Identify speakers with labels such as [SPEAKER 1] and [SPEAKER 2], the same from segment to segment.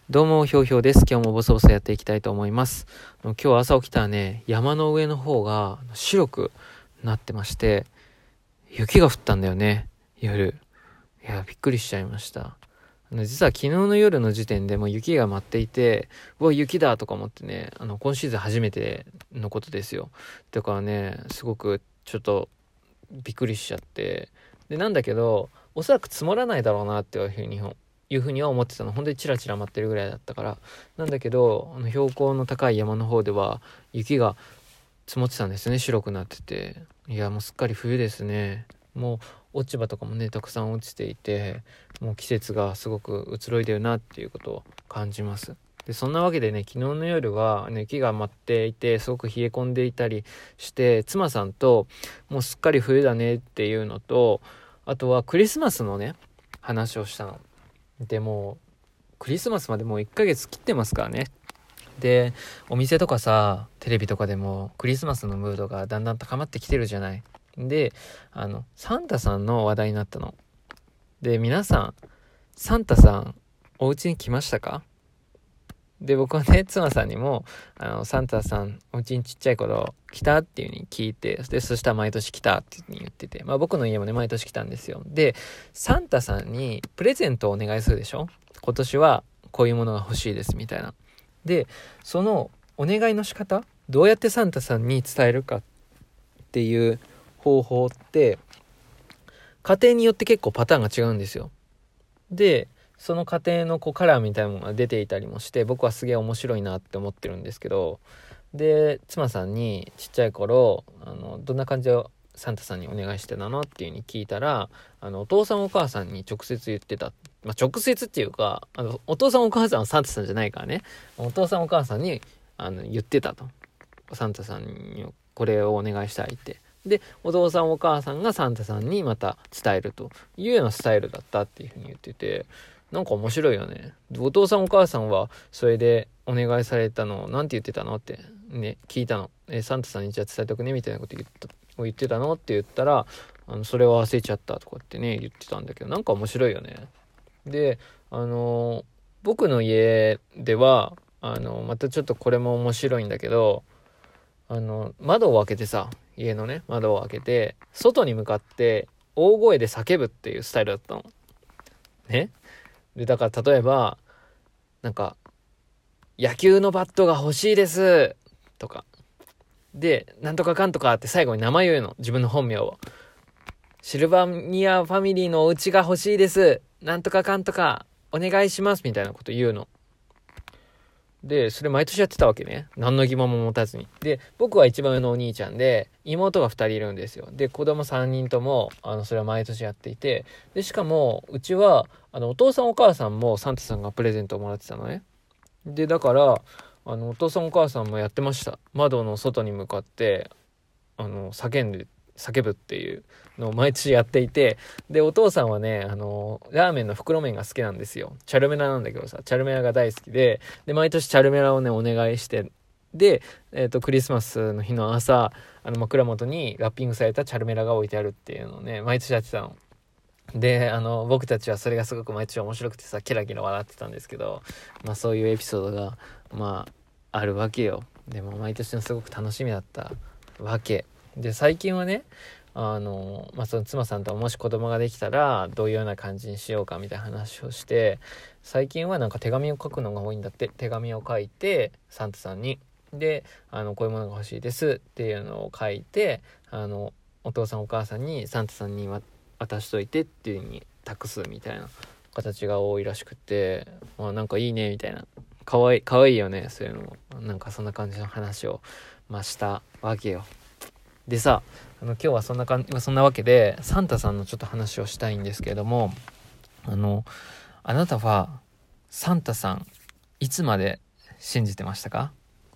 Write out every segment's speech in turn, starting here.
[SPEAKER 1] どうも、ひょうひょうです。今日もボソボソやっていきたいと思います。今日朝起きたらね、山の上の方が白くなってまして、雪が降ったんだよね、夜。いや、びっくりしちゃいました。実は昨日の夜の時点でもう雪が舞っていて、うわ、雪だとか思ってね、今シーズン初めてのことですよ。だからね、すごくちょっとびっくりしちゃって。で、なんだけど、おそらく積もらないだろうなっていうふうには思ってたの。本当にチラチラ舞ってるぐらいだったから。なんだけど、標高の高い山の方では雪が積もってたんですね。白くなってて。いや、もうすっかり冬ですね。もう落ち葉とかもね、たくさん落ちていて、もう季節がすごく移ろいでるなっていうことを感じます。で、そんなわけでね、昨日の夜は、雪が舞っていて、すごく冷え込んでいたりして、妻さんと、もうすっかり冬だねっていうのと、あとはクリスマスのね、話をしたの。でもクリスマスまでもう1ヶ月切ってますからね。で、お店とかさ、テレビとかでもクリスマスのムードがだんだん高まってきてるじゃない。で、サンタさんの話題になったの。で、皆さんサンタさんお家に来ましたか？で、僕はね、妻さんにもサンタさんお家にちっちゃい頃来たっていう風に聞いて、でそしたら毎年来たっていう風に言ってて、まあ僕の家もね毎年来たんですよ。で、サンタさんにプレゼントをお願いするでしょ。今年はこういうものが欲しいですみたいな。で、そのお願いの仕方、どうやってサンタさんに伝えるかっていう方法って家庭によって結構パターンが違うんですよ。で、その家庭のカラーみたいなものが出ていたりもして、僕はすげえ面白いなって思ってるんですけど、で、妻さんにちっちゃい頃どんな感じでサンタさんにお願いしてたのっていう風に聞いたら、お父さんお母さんに直接言ってた。まあ、直接っていうか、お父さんお母さんはサンタさんじゃないからね、お父さんお母さんに言ってたと。サンタさんにこれをお願いしたいって。で、お父さんお母さんがサンタさんにまた伝えるというようなスタイルだったっていう風に言ってて、なんか面白いよね。お父さんお母さんはそれでお願いされたのなんて言ってたのってね、聞いたの。サンタさんにじゃあ伝えとくねみたいなこと言ってたのって言ったら、それは忘れちゃったとかってね言ってたんだけど、なんか面白いよね。で、僕の家ではまたちょっとこれも面白いんだけど、窓を開けてさ、家のね窓を開けて外に向かって大声で叫ぶっていうスタイルだったのね。で、だから例えばなんか野球のバットが欲しいですとかで、なんとかかんとかって最後に名前言うの、自分の本名を。シルバニアファミリーのお家が欲しいです、なんとかかんとかお願いしますみたいなこと言うので、それ毎年やってたわけね。何の疑問も持たずに。で、僕は一番上のお兄ちゃんで、妹が2人いるんですよ。で、子供3人とも、それは毎年やっていて、で、しかも、うちは、お父さんお母さんもサンタさんがプレゼントをもらってたのね。で、だから、お父さんお母さんもやってました。窓の外に向かって、叫ぶっていうのを毎年やっていて、で、お父さんはね、ラーメンの袋麺が好きなんですよ。チャルメラなんだけどさ、チャルメラが大好きで、で、毎年チャルメラをね、お願いして、で、クリスマスの日の朝、枕元にラッピングされたチャルメラが置いてあるっていうのをね、毎年やってたの。で、僕たちはそれがすごく毎年面白くてさ、キラキラ笑ってたんですけど、まあそういうエピソードが、まあ、あるわけよ。でも毎年のすごく楽しみだったわけ。で、最近はね、まあその妻さんともし子供ができたら、どういうような感じにしようかみたいな話をして、最近はなんか手紙を書くのが多いんだって。手紙を書いて、サンタさんに。で、こういうものが欲しいですっていうのを書いて、お父さんお母さんにサンタさんに渡しといてっていう風に託すみたいな形が多いらしくて、まあなんかいいねみたいな、かわいいよね、そういうのも。なんかそんな感じの話をしたわけよ。でさ、今日はそんなわけでサンタさんのちょっと話をしたいんですけれども、あなたはサンタさんいつまで信じてましたか？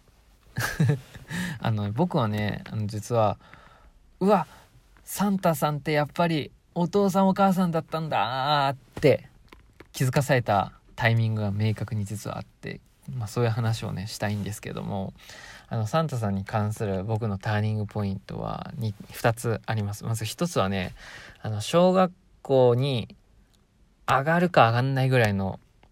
[SPEAKER 1] 僕はね、実はうわ、サンタさんってやっぱりお父さんお母さんだったんだって気づかされたタイミングが明確に実はあって、まあ、そういう話をねしたいんですけども、サンタさんに関する僕のターニングポイントは2つあります。まず1つはね、小学校に上がるか上がんないぐらいの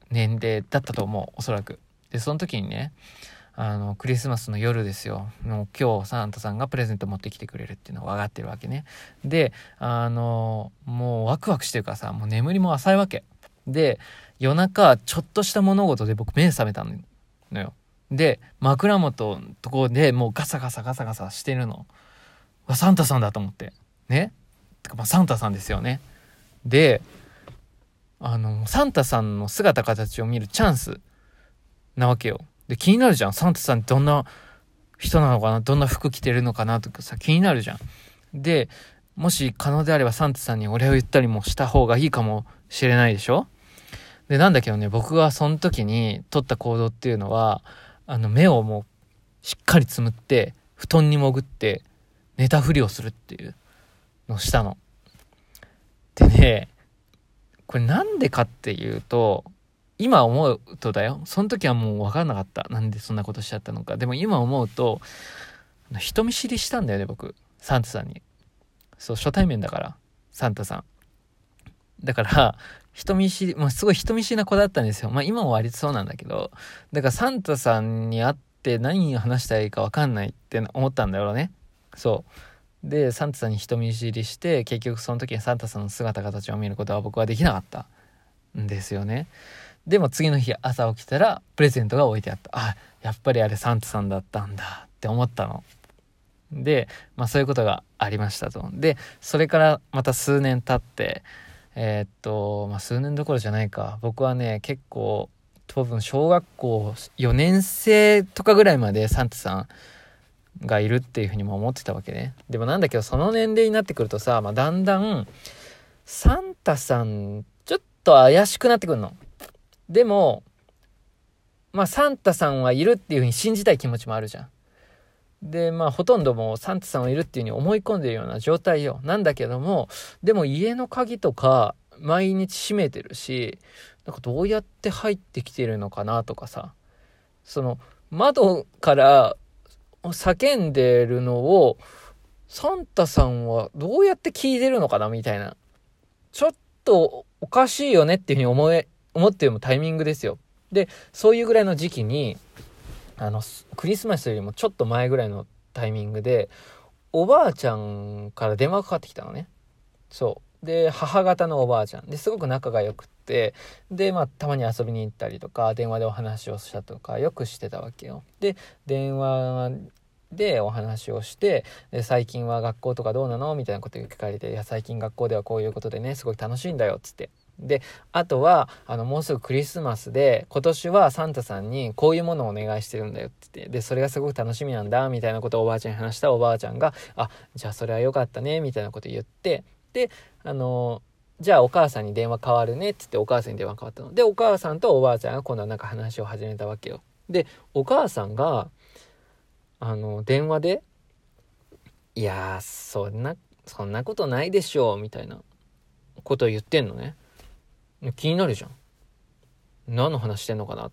[SPEAKER 1] 年齢だったと思う、おそらく。でその時にね、クリスマスの夜ですよ。もう今日サンタさんがプレゼント持ってきてくれるっていうのは分かってるわけね。でもうワクワクしてるからさ、もう眠りも浅いわけで、夜中ちょっとした物事で僕目覚めたのよ。で枕元のところでもうガサガサガサガサしてるの。サンタさんだと思ってね。てかサンタさんですよね。でサンタさんの姿形を見るチャンスなわけよ。で気になるじゃん、サンタさんどんな人なのかな、どんな服着てるのかなとかさ、気になるじゃん。でもし可能であればサンタさんにお礼を言ったりもした方がいいかもしれないでしょ。でなんだけどね、僕がその時に取った行動っていうのは、目をもうしっかりつむって布団に潜って寝たふりをするっていうのをしたの。でね、これなんでかっていうと、今思うとだよ、その時はもう分からなかった、なんでそんなことしちゃったのか。でも今思うと人見知りしたんだよね、僕サンタさんに。そう、初対面だからサンタさんだから人見知り、すごい人見知りな子だったんですよ。今も割とそうなんだけど、だからサンタさんに会って何を話したらいいか分かんないって思ったんだよね。そうでサンタさんに人見知りして、結局その時にサンタさんの姿形を見ることは僕はできなかったんですよね。でも次の日朝起きたらプレゼントが置いてあった。あ、やっぱりあれサンタさんだったんだって思ったので、そういうことがありましたと。でそれからまた数年経って数年どころじゃないか、僕はね結構多分小学校4年生とかぐらいまでサンタさんがいるっていうふうにも思ってたわけね。でもなんだけどその年齢になってくるとさ、だんだんサンタさんちょっと怪しくなってくるの。でもサンタさんはいるっていうふうに信じたい気持ちもあるじゃん。でほとんどもうサンタさんはいるっていう風に思い込んでるような状態よ。なんだけども、でも家の鍵とか毎日閉めてるし、なんかどうやって入ってきてるのかなとかさ、その窓から叫んでるのをサンタさんはどうやって聞いてるのかなみたいな、ちょっとおかしいよねっていう風に思ってるタイミングですよ。でそういうぐらいの時期にクリスマスよりもちょっと前ぐらいのタイミングでおばあちゃんから電話がかかってきたのね。そうで母方のおばあちゃんですごく仲が良くって、でたまに遊びに行ったりとか電話でお話をしたとかよくしてたわけよ。で電話でお話をして、で最近は学校とかどうなのみたいなことを聞かれて、いや最近学校ではこういうことでねすごい楽しいんだよっつって、であとはもうすぐクリスマスで今年はサンタさんにこういうものをお願いしてるんだよって言って、でそれがすごく楽しみなんだみたいなことをおばあちゃんに話したおばあちゃんが、あじゃあそれはよかったねみたいなこと言って、でじゃあお母さんに電話変わるねって言ってお母さんに電話変わったので、お母さんとおばあちゃんが今度はなんか話を始めたわけよ。でお母さんが電話でいやそんなことないでしょみたいなことを言ってんのね。気になるじゃん、何の話してんのかなって。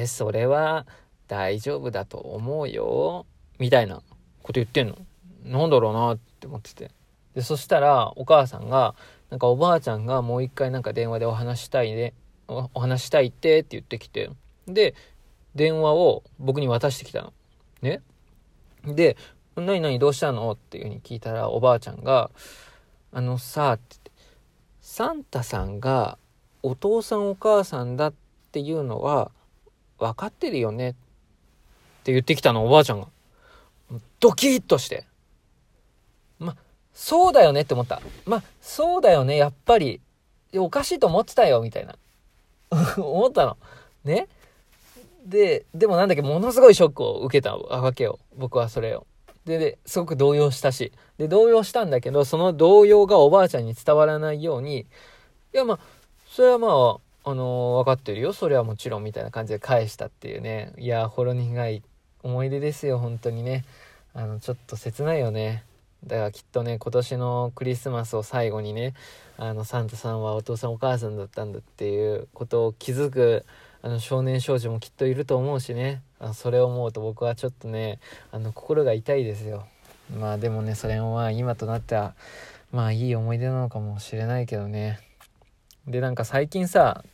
[SPEAKER 1] それは大丈夫だと思うよみたいなこと言ってんの。なんだろうなって思ってて、でそしたらお母さんがなんかおばあちゃんがもう一回なんか電話でお話したいって言ってきて、で電話を僕に渡してきたのね。で何どうしたのっていう風に聞いたら、おばあちゃんがさって言って、サンタさんがお父さんお母さんだっていうのは分かってるよねって言ってきたの。おばあちゃんがドキッとして、そうだよねって思った。そうだよね、やっぱりおかしいと思ってたよみたいな思ったのね。でもなんだっけ、ものすごいショックを受けたわけよ僕はそれを。ですごく動揺したし、動揺したんだけど、その動揺がおばあちゃんに伝わらないように、いやそれは分かってるよそれはもちろんみたいな感じで返したっていうね。いやほろ苦い思い出ですよ本当にね。ちょっと切ないよね。だからきっとね今年のクリスマスを最後にねサンタさんはお父さんお母さんだったんだっていうことを気づく少年少女もきっといると思うしね。それを思うと僕はちょっとね心が痛いですよ。でもねそれも今となってはいい思い出なのかもしれないけどね。でなんか最近さ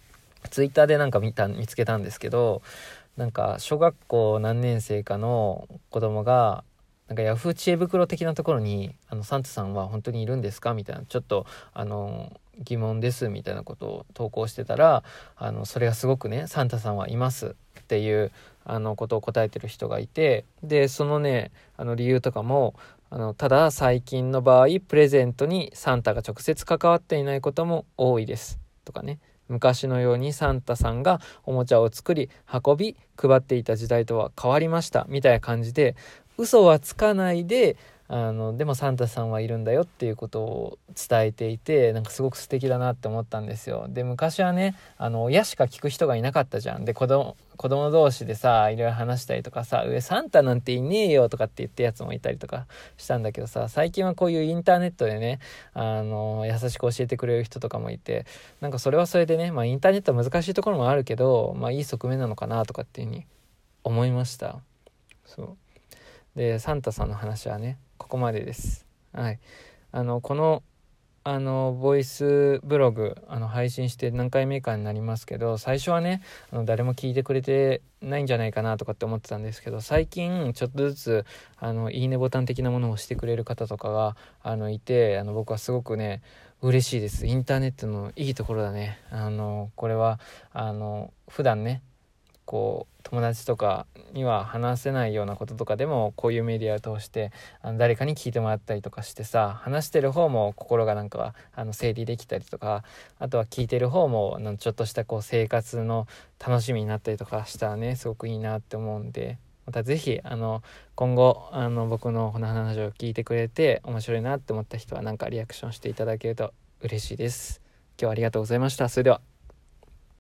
[SPEAKER 1] ツイッターでなんか見つけたんですけど、なんか小学校何年生かの子供がなんかヤフー知恵袋的なところにサンタさんは本当にいるんですかみたいな、ちょっと疑問ですみたいなことを投稿してたら、それがすごくね、サンタさんはいますっていうことを答えてる人がいて、でそのね理由とかもただ最近の場合プレゼントにサンタが直接関わっていないことも多いですとかね、昔のようにサンタさんがおもちゃを作り運び配っていた時代とは変わりましたみたいな感じで、嘘はつかないででもサンタさんはいるんだよっていうことを伝えていて、なんかすごく素敵だなって思ったんですよ。で昔はね親しか聞く人がいなかったじゃん。で子供同士でさいろいろ話したりとかさ、サンタなんていねえよとかって言ったやつもいたりとかしたんだけどさ、最近はこういうインターネットでね優しく教えてくれる人とかもいて、なんかそれはそれでね、インターネットは難しいところもあるけど、いい側面なのかなとかっていうふうに思いました。そうでサンタさんの話はねここまでです。はい、このボイスブログ配信して何回目かになりますけど、最初はね誰も聞いてくれてないんじゃないかなとかって思ってたんですけど、最近ちょっとずついいねボタン的なものを押してくれる方とかがいて、僕はすごくね嬉しいです。インターネットのいいところだね。これは普段ねこう友達とかには話せないようなこととかでもこういうメディアを通して誰かに聞いてもらったりとかしてさ、話してる方も心がなんか整理できたりとか、あとは聞いてる方もちょっとしたこう生活の楽しみになったりとかしたらねすごくいいなって思うんで、またぜひ今後僕のこの話を聞いてくれて面白いなって思った人はなんかリアクションしていただけると嬉しいです。今日はありがとうございました。それでは。